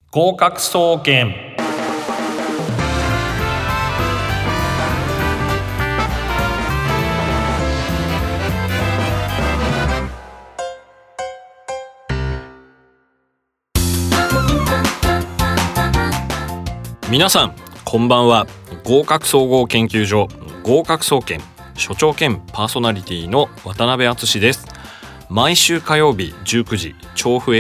合格総研。皆さんこんばんは。合格総合研究所合格総研所長兼パーソナリティの渡辺敦です。毎週火曜日19時調布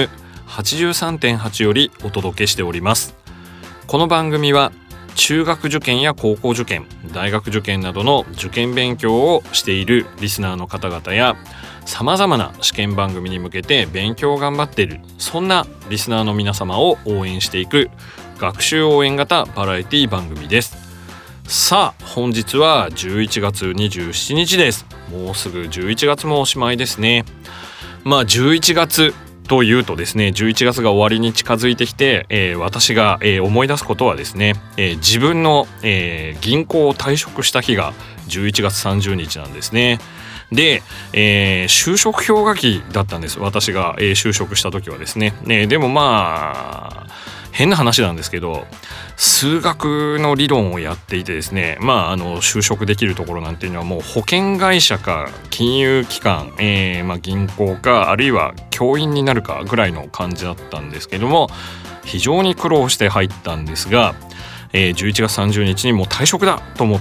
FM83.8 よりお届けしております。この番組は中学受験や高校受験、大学受験などの受験勉強をしているリスナーの方々や、さまざまな試験番組に向けて勉強を頑張っている、そんなリスナーの皆様を応援していく学習応援型バラエティ番組です。さあ本日は11月27日です。もうすぐ11月もおしまいですね。11月というとですね、11月が終わりに近づいてきて、私が、思い出すことはですね、自分の、銀行を退職した日が11月30日なんですね。で、就職氷河期だったんです。私が、就職した時はですね。でも変な話なんですけど、数学の理論をやっていてですね、就職できるところなんていうのはもう保険会社か金融機関、銀行かあるいは教員になるかぐらいの感じだったんですけども、非常に苦労して入ったんですが、11月30日にもう退職だと思って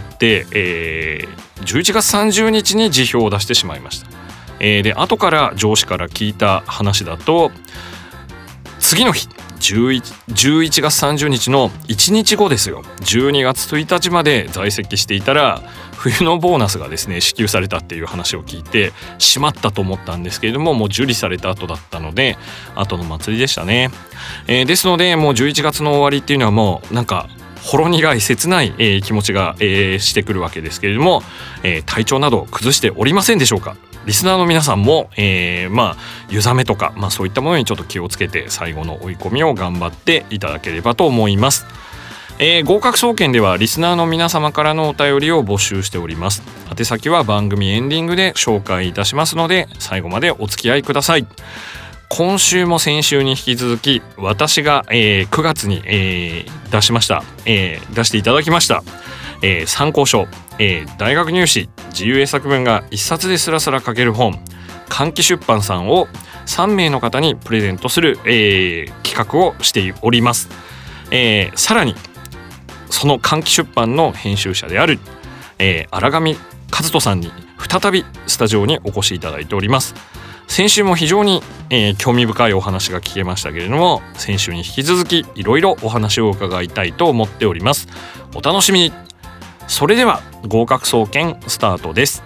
、11月30日に辞表を出してしまいました。で後から上司から聞いた話だと、次の日11月30日の1日後ですよ、12月1日まで在籍していたら冬のボーナスがですね支給されたっていう話を聞いてしまったと思ったんですけれども、もう受理された後だったので後の祭りでしたね。ですのでもう11月の終わりっていうのはもうなんかほろ苦い切ない、気持ちが、してくるわけですけれども、体調など崩しておりませんでしょうか。リスナーの皆さんも、湯冷めとか、そういったものにちょっと気をつけて最後の追い込みを頑張っていただければと思います。合格総研ではリスナーの皆様からのお便りを募集しております。宛先は番組エンディングで紹介いたしますので最後までお付き合いください。今週も先週に引き続き私が、9月に、出していただきました、参考書、大学入試自由英作文が一冊でスラスラ書ける本、換気出版さんを3名の方にプレゼントする、企画をしております。さらにその換気出版の編集者である、荒上和人さんに再びスタジオにお越しいただいております。先週も非常に、興味深いお話が聞けましたけれども、先週に引き続きいろいろお話を伺いたいと思っております。お楽しみに。それでは合格総研スタートです。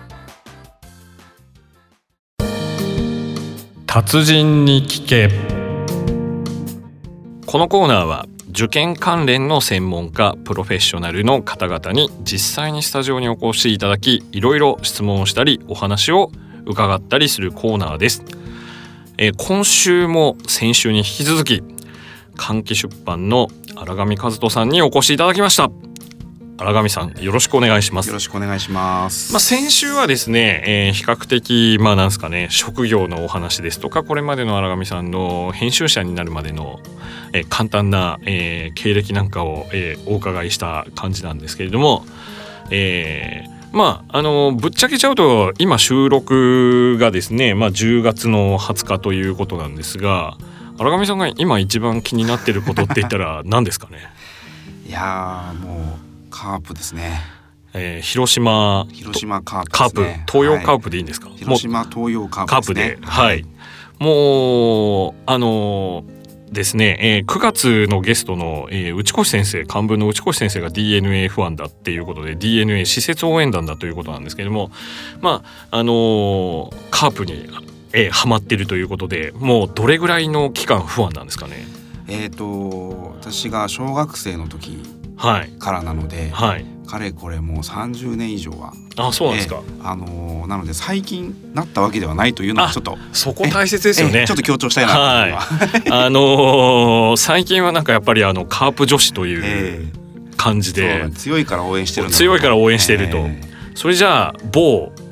達人に聞け。このコーナーは受験関連の専門家プロフェッショナルの方々に実際にスタジオにお越しいただき、いろいろ質問をしたりお話を伺ったりするコーナーです。今週も先週に引き続き換気出版の荒上和人さんにお越しいただきました。荒上さんよろしくお願いします。 よろしくお願いします。 先週はですね、比較的職業のお話ですとか、これまでの荒上さんの編集者になるまでの、簡単な、経歴なんかを、お伺いした感じなんですけれども、ぶっちゃけちゃうと今収録がですね、10月の20日ということなんですが、荒上さんが今一番気になっていることって言ったら何ですかね。 いやもうカープですね。 広島カープですね。 東洋カープでいいんですか。 広島東洋カープですね。 はい。もうですね、9月のゲストの、内越先生、漢文の内越先生が DNA ファンだっていうことで DNA 施設応援団だということなんですけれども、カープに、ハマっているということで、もうどれぐらいの期間ファンなんですかね。 私が小学生の時からなので、かれこれもう30年以上は。 そうなんですか。 なので最近なったわけではないというのはちょっとそこ大切ですよね。 ちょっと強調したいなというのは、最近はなんかやっぱりカープ女子という感じで、 強いから応援してるんだ。 強いから応援していると、それじゃあ某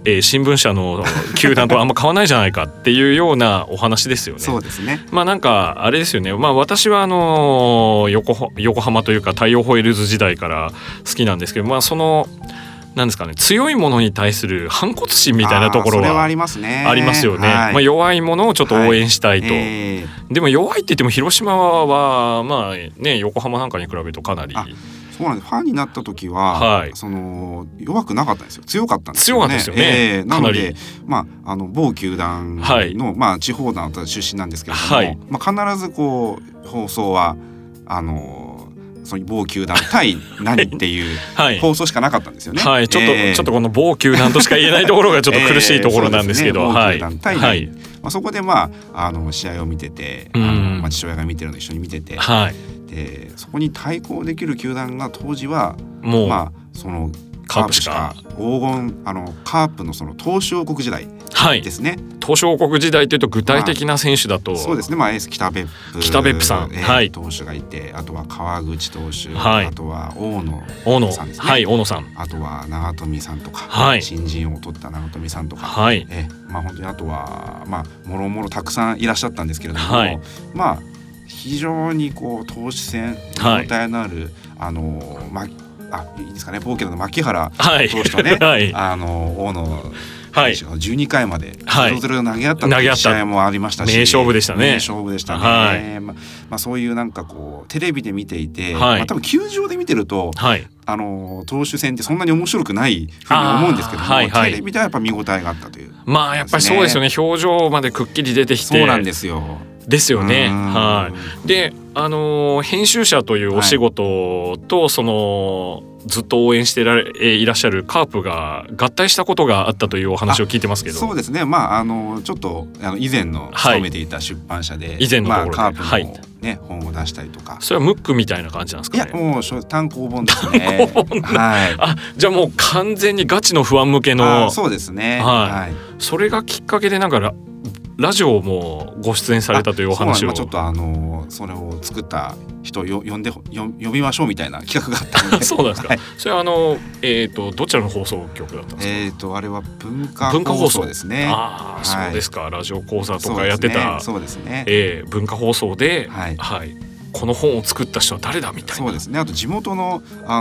新聞社の球団とあんま変わらないじゃないかっていうようなお話ですよね。 そうですね。 なんかあれですよね。私は横浜というか太陽ホエールズ時代から好きなんですけど、そのなんですかね、強いものに対する反骨心みたいなところはありますよね。はい、弱いものをちょっと応援したいと、でも弱いって言っても広島は横浜なんかに比べるとかなりそうなんです。ファンになった時は、その弱くなかったんですよ。強かったんですよね。 強かったですよね。 なので、某球団の、地方団出身なんですけれども、必ずこう放送はその某球団対何っていう放送しかなかったんですよね。 ちょっとこの某球団としか言えないところがちょっと苦しいところなんですけど、 某球団対何、そこで試合を見てて、父親が見てるの一緒に見てて、でそこに対抗できる球団が当時はもうそのカープしか黄金カープのその東証王国時代ですね。 東証王国時代というと具体的な選手だと、 そうですね。エース北別府さん、投手がいて、あとは川口投手、あとは大野さんですね。 大野さん、あとは長富さんとか、新人を取った長富さんとか、本当にあとはもろもろたくさんいらっしゃったんですけれども、非常にこう投手戦見応えのあるいいですかね、ボーケルの牧原投手とね、大野選手が12回まで0-0投げ合ったという試合もありましたし、 名勝負でしたね。 名勝負でしたね。そういうなんかこうテレビで見ていて、多分球場で見てると、投手戦ってそんなに面白くないふうに思うんですけども、テレビではやっぱ見応えがあったという、 やっぱりそうですよね。表情までくっきり出てきて、 そうなんですよ。 ですよね。で、編集者というお仕事と、そのずっと応援していらっしゃるカープが合体したことがあったというお話を聞いてますけど。 そうですね。ちょっと以前の勤めていた出版社で、 以前のところでカープの本を出したりとか。 それはムックみたいな感じなんですかね。 いや、もう単行本ですね。 じゃあもう完全にガチのファン向けの。 そうですね。 それがきっかけでなんかラジオもご出演されたというお話を。 ちょっとそれを作った人を呼びましょうみたいな企画があったので。 そうなんですか。それはどちらの放送局だったんですか。 あれは文化放送ですね。 そうですか。ラジオ講座とかやってた。 そうですね。 文化放送で、この本を作った人は誰だみたいな。 そうですね。あと地元の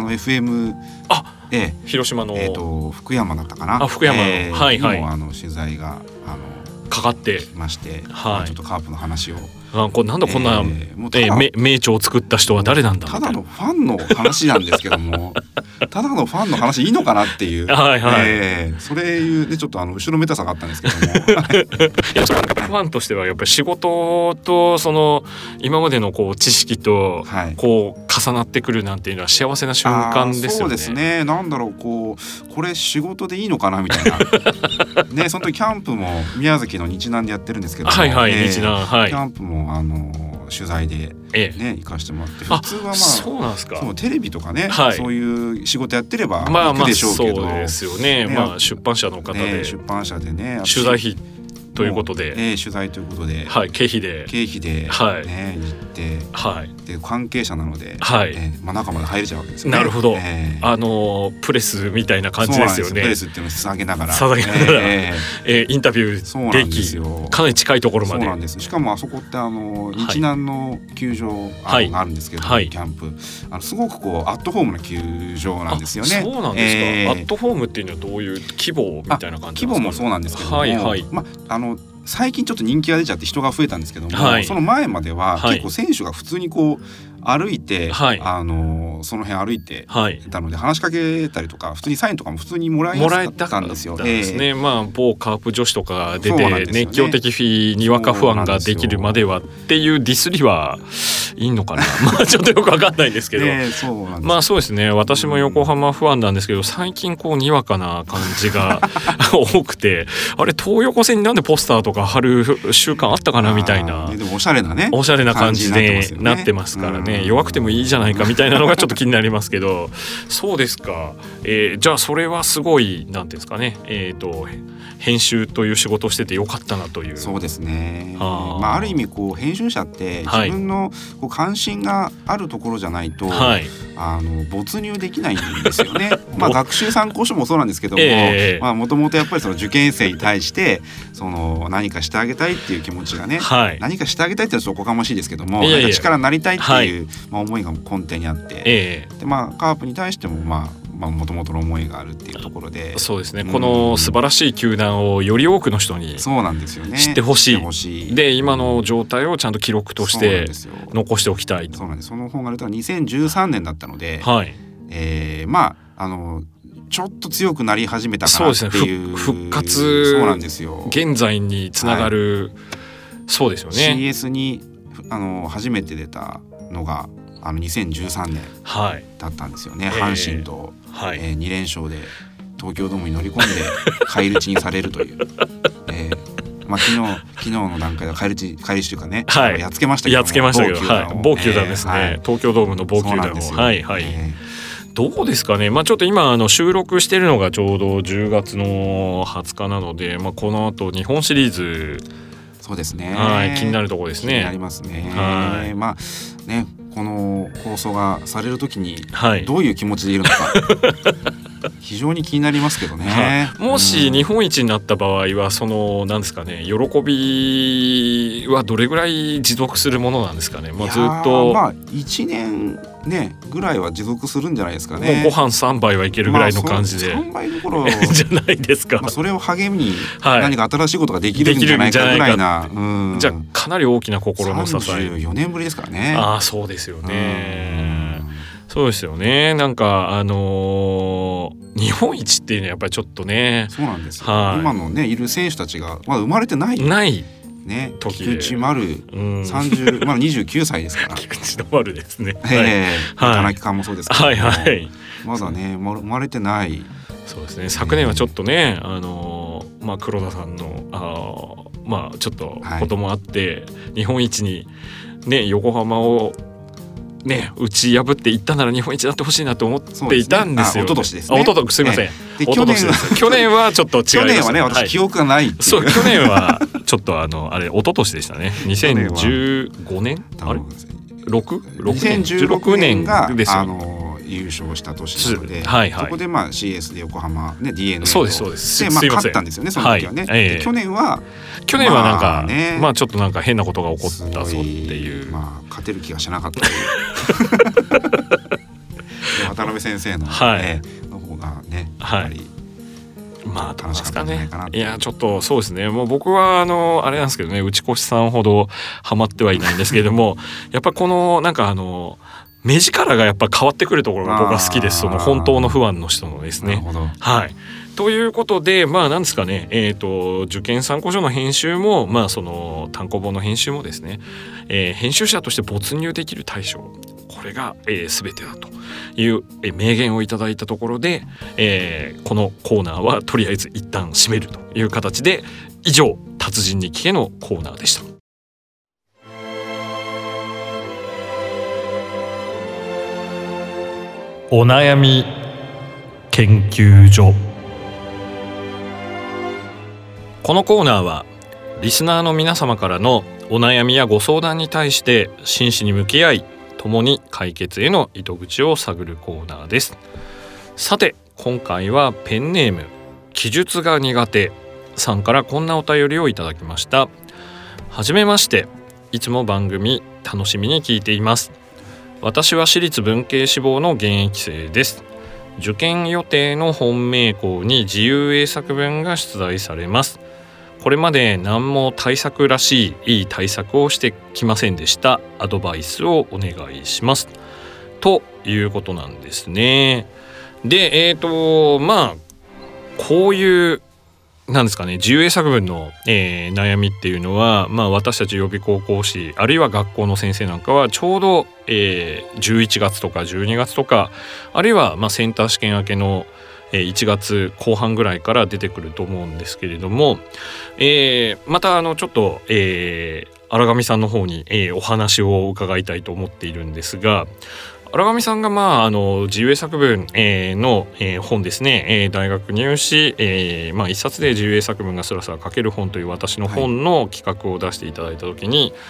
FM、 広島の福山だったかな。 福山の取材がかかってきまして、ちょっとカープの話を。 なんだこんな名著を作った人は誰なんだ。 ただのファンの話なんですけども、ただのファンの話いいのかなっていう。それいうね、ちょっと後ろめたさがあったんですけども。いや、それファンとしてはやっぱり仕事とその今までのこう知識とこう重なってくるなんていうのは幸せな瞬間ですよね。 そうですね。なんだろう、これ仕事でいいのかなみたいな。ね、その時キャンプも宮崎の日南でやってるんですけども、日南、キャンプも取材で行かしてもらって、普通はそうなんですか。 テレビとかね、そういう仕事やってれば行くでしょうけど、 そうですよね。出版社の方で出版社でね、 取材費ということで、 取材ということで、 経費で行って、で関係者なので、中まで入れちゃうわけですよね。 なるほど。プレスみたいな感じですよね。 プレスっていうのを捧げながら、 インタビューでき、かなり近いところまで。 そうなんです。しかもあそこって日南の球場があるんですけど、キャンプすごくこうアットホームな球場なんですよね。 そうなんですか。アットホームっていうのはどういう規模みたいな感じですか。 規模もそうなんですけども、最近ちょっと人気が出ちゃって人が増えたんですけども、その前までは結構選手が普通にこう歩いて、その辺歩いてたので話しかけたりとか、普通にサインとかも普通にもらいやすかったんですよ。 某カープ女子とか出て熱狂的にわかファンができるまではっていうディスりはいいのかな。ちょっとよくわかんないんですけど、そうですね。私も横浜ファンなんですけど、最近こうにわかな感じが多くて、あれ東横線になんでポスターとか貼る習慣あったかなみたいな。 でもおしゃれな感じでなってますからね。弱くてもいいじゃないかみたいなのがちょっと気になりますけど。そうですか。じゃあそれはすごいなんていうんですかね。編集という仕事をしててよかったなという。 そうですね。ある意味こう編集者って自分の関心があるところじゃないと、没入できないんですよね。 まあ、学習参考書もそうなんですけども、もともとやっぱりその受験生に対してその何かしてあげたいっていう気持ちがね、何かしてあげたいってちょっとおこがましいですけども、なんか力になりたいっていう、思いが根底にあって、でカープに対してももともとの思いがあるっていうところで、 そうですね、この素晴らしい球団をより多くの人に知ってほしい、で今の状態をちゃんと記録として残しておきたいと。 そうなんです。その本が出たのは2013年だったので、ちょっと強くなり始めたかなっていう、 復活、 そうなんですよ、 現在につながる、そうですよね。 CS に初めて出たのが2013年だったんですよね、阪神と、2連勝で東京ドームに乗り込んで返り討ちにされるという、昨日の段階で返り討ちというかね、やっつけましたけども、某球団ですね、東京ドームの某球団を。どうですかね、ちょっと今収録してるのがちょうど10月の20日なので、この後日本シリーズ、 そうですね、 気になるところですね。 気になりますね。ね、この放送がされるときにどういう気持ちでいるのか、非常に気になりますけどね。 もし日本一になった場合はそのなんですかね、喜びはどれぐらい持続するものなんですかね。ずっと 1年ねぐらいは持続するんじゃないですかね。 もうご飯3杯はいけるぐらいの感じで、 3杯どころじゃないですか。 それを励みに何か新しいことができるんじゃないかぐらいな、 じゃあかなり大きな心の支え。 34年ぶりですからね。 そうですよね。そうですよね。なんか日本一っていうのはやっぱりちょっとね。 そうなんですよ。今のねいる選手たちがまだ生まれてないね、菊池丸30まだ29歳ですから。 菊池の丸ですね。 田中さんもそうですけど、まだね生まれてない。 そうですね。昨年はちょっとね黒田さんのちょっとこともあって、日本一にね横浜をね、打ち破っていったなら日本一になってほしいなと思っていたんですよ。 一昨年ですね。 すみません。 去年はちょっと違います。 去年はね、私記憶がないっていう。 そう、去年はちょっとあれ一昨年でしたね。2015年？あれ？2016年がですよ。 優勝した年なので、そこでCS で横浜ね DNA そうですで勝ったんですよね、その時はね。去年はなんかちょっとなんか変なことが起こったぞっていう、 勝てる気がしなかったという渡辺先生の方がねやっぱり楽しかったんじゃないかな。いやちょっとそうですね。もう僕はあれなんですけどね、内越さんほどハマってはいないんですけれどもやっぱこのなんか目力がやっぱ変わってくるところが僕は好きです。その本当のファンの人のですね。ということでなんですかね、受験参考書の編集もその単行本の編集もですね、編集者として没入できる対象、これが、全てだという名言をいただいたところで、このコーナーはとりあえず一旦締めるという形で、以上達人に聞けのコーナーでした。お悩み研究所。このコーナーはリスナーの皆様からのお悩みやご相談に対して真摯に向き合い、共に解決への糸口を探るコーナーです。さて今回はペンネーム記述が苦手さんからこんなお便りをいただきました。はじめまして、いつも番組楽しみに聞いています。私は私立文系志望の現役生です。受験予定の本命校に自由英作文が出題されます。これまで何も対策らしいいい対策をしてきませんでした。アドバイスをお願いしますということなんですね。でこういうなんですかね、自由英作文の、悩みっていうのは、私たち予備高校士あるいは学校の先生なんかはちょうど、11月とか12月とかあるいはセンター試験明けの1月後半ぐらいから出てくると思うんですけれども、またちょっと、荒上さんの方に、お話を伺いたいと思っているんですが、荒上さんが自由英作文、の、本ですね、大学入試、一冊で自由英作文がスラスラ書ける本という私の本の企画を出していただいた時に、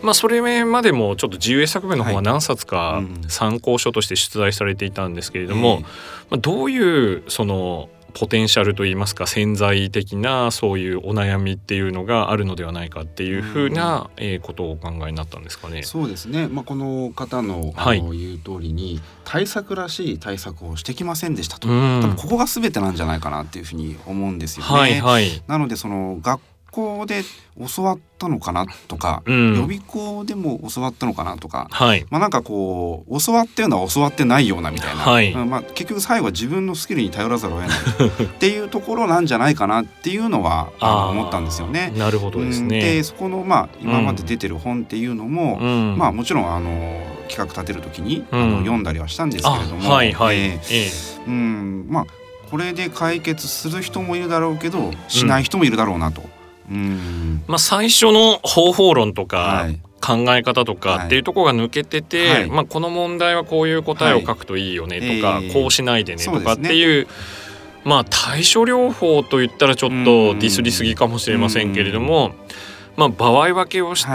それまでもちょっと自由英作文の方は何冊か参考書として出題されていたんですけれども、どういうそのポテンシャルといいますか潜在的なそういうお悩みっていうのがあるのではないかっていうふうなことをお考えになったんですかね。 そうですね、この方の言う通りに対策らしい対策をしてきませんでしたと、多分ここが全てなんじゃないかなっていうふうに思うんですよね。なのでその学校で教わったのかなとか、予備校でも教わったのかなとか、なんかこう教わったような教わってないようなみたいな、結局最後は自分のスキルに頼らざるを得ないっていうところなんじゃないかなっていうのは思ったんですよね。 なるほどですね。 でそこの今まで出てる本っていうのも、もちろん企画立てる時に読んだりはしたんですけれども、これで解決する人もいるだろうけどしない人もいるだろうなと。 最初の方法論とか考え方とかっていうところが抜けてて、この問題はこういう答えを書くといいよねとか、こうしないでねとかっていう、対処療法といったらちょっとディスりすぎかもしれませんけれども、場合分けをして、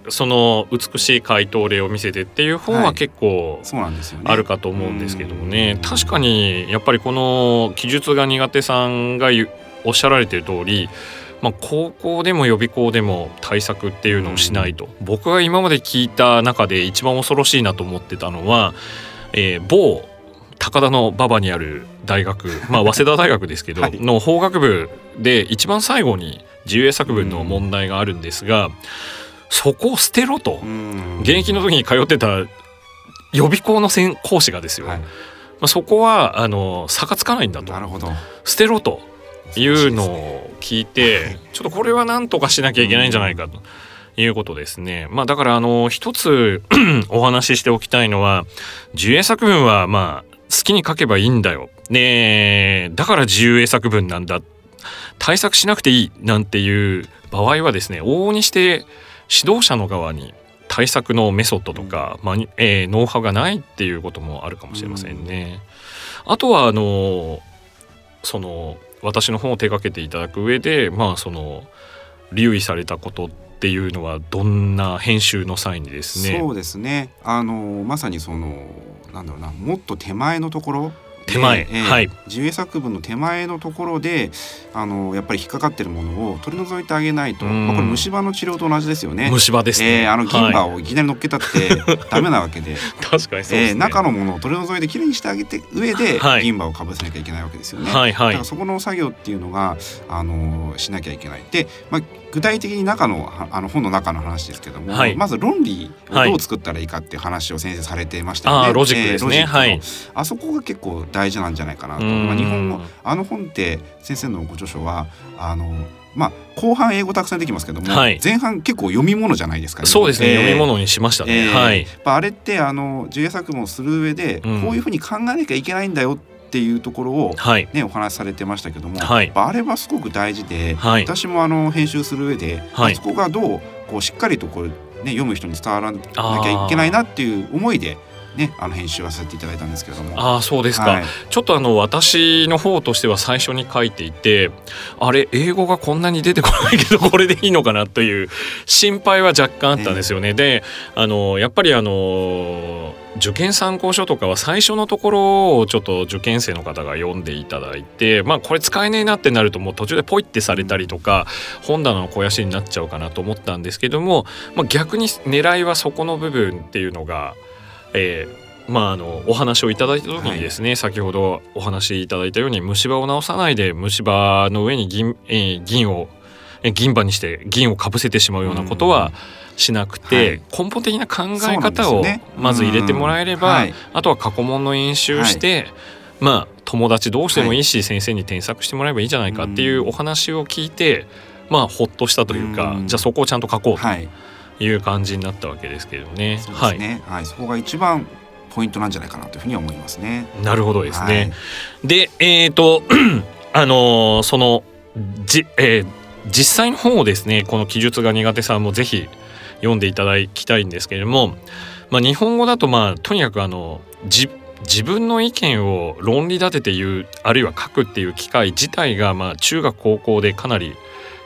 その美しい回答例を見せてっていう方は結構あるかと思うんですけどもね。確かにやっぱりこの記述が苦手さんがおっしゃられている通り、高校でも予備校でも対策っていうのをしないと、僕が今まで聞いた中で一番恐ろしいなと思ってたのは、某高田の馬場にある大学、早稲田大学ですけど、の法学部で一番最後に自由英作文の問題があるんですが、そこを捨てろと、現役の時に通ってた予備校の講師がですよ、そこは差がつかないんだと、捨てろというのを聞いて、ちょっとこれは何とかしなきゃいけないんじゃないかということですね。だから一つお話ししておきたいのは、自由英作文は好きに書けばいいんだよ、だから自由英作文なんだ、対策しなくていいなんていう場合はですね、往々にして指導者の側に対策のメソッドとか、ノウハウがないっていうこともあるかもしれませんね。あとはその私の本を手掛けていただく上で、その留意されたことっていうのはどんな編集の際にですね。 そうですね、まさにもっと手前のところ、 自由英作文の手前のところでやっぱり引っかかってるものを取り除いてあげないと、これ虫歯の治療と同じですよね。 虫歯ですね。 銀歯をいきなり乗っけたってダメなわけで確かにそうですね。 中のものを取り除いてきれいにしてあげて上で銀歯をかぶせなきゃいけないわけですよね。だからそこの作業っていうのがしなきゃいけない。で、具体的に本の中の話ですけども、まず論理をどう作ったらいいかっていう話を先生されてましたよね。 ロジックですね。 あそこが結構大事なんじゃないかなと。日本語本って先生のご著書は後半英語たくさんできますけども、前半結構読み物じゃないですかね。 そうですね、読み物にしましたね。 あれって自由英作文をする上で、こういうふうに考えなきゃいけないんだよっていうところを、お話しされてましたけども、あれはすごく大事で、私も編集する上で、そこがどうしっかりと読む人に伝わらなきゃいけないなっていう思いで編集はさせていただいたんですけれども。 そうですか。ちょっと私の方としては最初に書いていて、英語がこんなに出てこないけどこれでいいのかなという心配は若干あったんですよね。でやっぱり受験参考書とかは最初のところをちょっと受験生の方が読んでいただいて、これ使えねえなってなるともう途中でポイってされたりとか本棚の肥やしになっちゃうかなと思ったんですけども、逆に狙いはそこの部分っていうのがお話をいただいた時にですね、先ほどお話しいただいたように虫歯を治さないで虫歯の上に銀歯にして銀をかぶせてしまうようなことはしなくて、根本的な考え方をまず入れてもらえれば、あとは過去問の演習して、友達同士でもいいし、先生に添削してもらえばいいじゃないかっていうお話を聞いて、ほっとしたというか、じゃあそこをちゃんと書こうという感じになったわけですけどね。 そうですね。そこが一番ポイントなんじゃないかなというふうに思いますね。 なるほどですね。で実際の本をですね、この記述が苦手さんもぜひ読んでいただきたいんですけれども、日本語だととにかく自分の意見を論理立てて言う、あるいは書くっていう機会自体が中学高校でかなり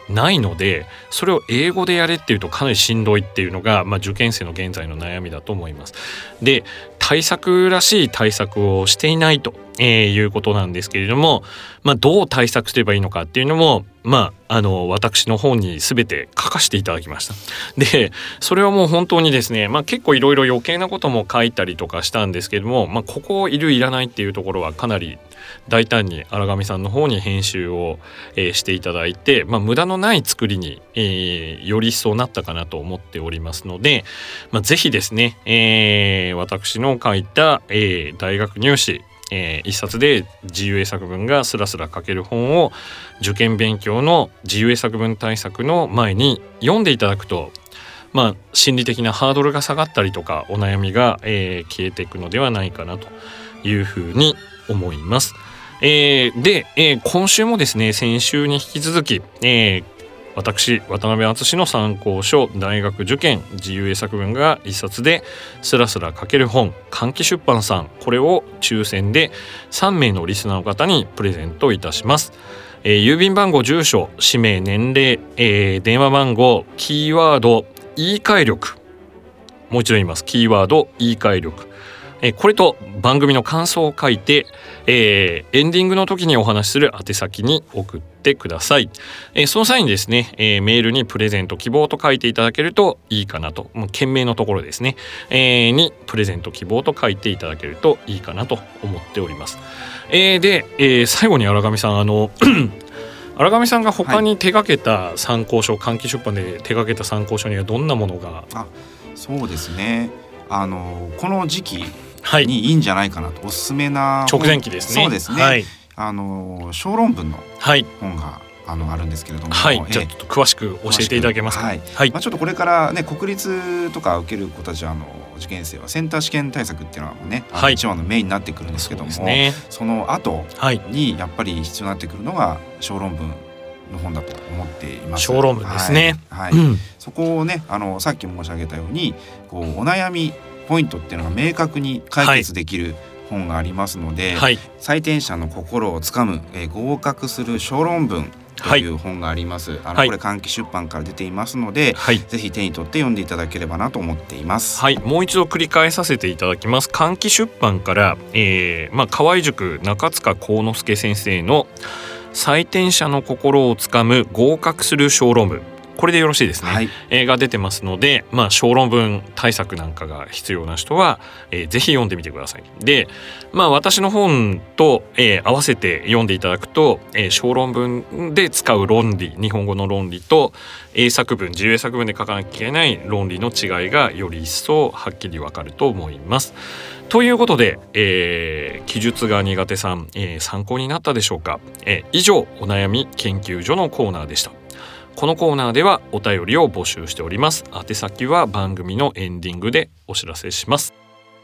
ないので、それを英語でやれっていうとかなりしんどいっていうのが、受験生の現在の悩みだと思います。で、対策らしい対策をしていないということなんですけれども、どう対策すればいいのかっていうのも、私の方に全て書かせていただきました。で、それはもう本当にですね、結構いろいろ余計なことも書いたりとかしたんですけれども、ここいるいらないっていうところはかなり大胆に荒上さんの方に編集をしていただいて、無駄のない作りにより一層なったかなと思っておりますので、ぜひですね、私の書いた、大学入試一冊で自由英作文がスラスラ書ける本を受験勉強の自由英作文対策の前に読んでいただくと、心理的なハードルが下がったりとかお悩みが、消えていくのではないかなというふうに思います。で、今週もですね、先週に引き続き、私渡辺篤の参考書大学受験自由英作文が一冊でスラスラ書ける本、換気出版さん、これを抽選で3名のリスナーの方にプレゼントいたします。郵便番号、住所、氏名、年齢、電話番号、キーワード、言い換え力、もう一度言います。キーワード、言い換え力、これと番組の感想を書いて、エンディングの時にお話しする宛先に送ってください。その際にですね、メールにプレゼント希望と書いていただけるといいかなと、件名のところですね、にプレゼント希望と書いていただけるといいかなと思っております。で、最後に荒上さん、荒上さんが他に手掛けた参考書、換気出版で手掛けた参考書にはどんなものが？ そうですね、この時期にいいんじゃないかなと、おすすめな直前期ですね。 そうですね、小論文の本が、あるんですけれども、 じゃあちょっと詳しく教えていただけますか？ ちょっとこれからね、国立とか受ける子たちは受験生はセンター試験対策っていうのはね、一番のメインになってくるんですけども、その後にやっぱり必要になってくるのが小論文の本だと思っています。 小論文ですね。 そこをね、さっき申し上げたようにお悩みポイントっていうのが明確に解決できる本がありますので、採点者の心をつかむ、合格する小論文という本があります。これ換気出版から出ていますので、ぜひ手に取って読んでいただければなと思っています。 もう一度繰り返させていただきます。換気出版から、河合塾中塚幸之助先生の採点者の心をつかむ合格する小論文、これでよろしいですね、が出てますので、小論文対策なんかが必要な人は、ぜひ読んでみてください。で、私の本と、合わせて読んでいただくと、小論文で使う論理、日本語の論理と英作文、自由英作文で書かなきゃいけない論理の違いがより一層はっきりわかると思います。ということで、記述が苦手さん、参考になったでしょうか？以上、お悩み研究所のコーナーでした。このコーナーではお便りを募集しております。宛先は番組のエンディングでお知らせします。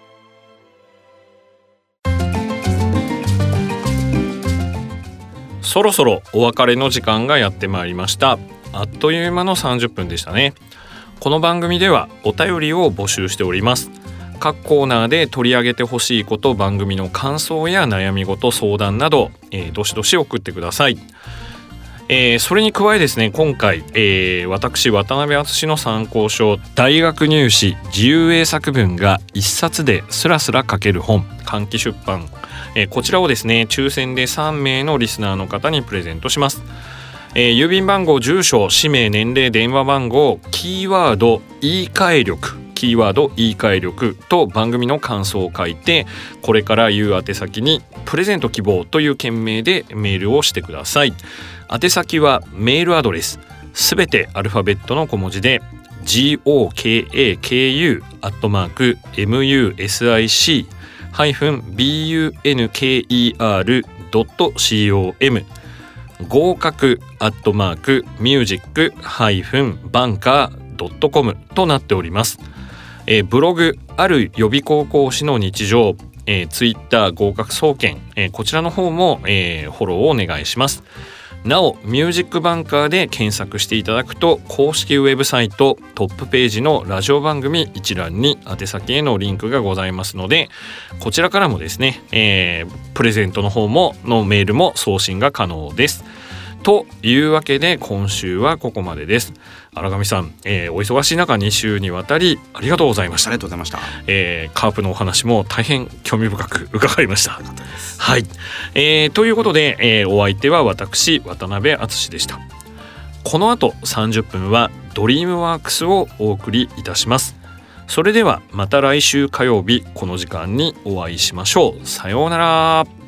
そろそろお別れの時間がやってまいりました。あっという間の30分でしたね。この番組ではお便りを募集しております。各コーナーで取り上げてほしいこと、番組の感想や悩み事、相談など、どしどし送ってください。それに加えですね、今回、私渡辺篤の参考書大学入試自由英作文が一冊でスラスラ書ける本、換気出版、こちらをですね、抽選で3名のリスナーの方にプレゼントします。郵便番号、住所、氏名、年齢、電話番号、キーワード、言い換え力、キーワード、言い換え力と番組の感想を書いて、これから言う宛先にプレゼント希望という件名でメールをしてください。宛先はメールアドレスすべてアルファベットの小文字で gokaku@music-bunker.com 合格@music-banker.com となっております。ブログ、ある予備高校講師の日常、ツイッター合格総研、こちらの方も、フォローをお願いします。なお、ミュージックバンカーで検索していただくと公式ウェブサイトトップページのラジオ番組一覧に宛先へのリンクがございますので、こちらからもですね、プレゼントの方ものメールも送信が可能です。 というわけで今週はここまでです。荒上さん、お忙しい中2週にわたりありがとうございました。 ありがとうございました。 カープのお話も大変興味深く伺いました。はい、ということで、お相手は私渡辺篤でした。この後30分はドリームワークスをお送りいたします。それではまた来週火曜日この時間にお会いしましょう。さようなら。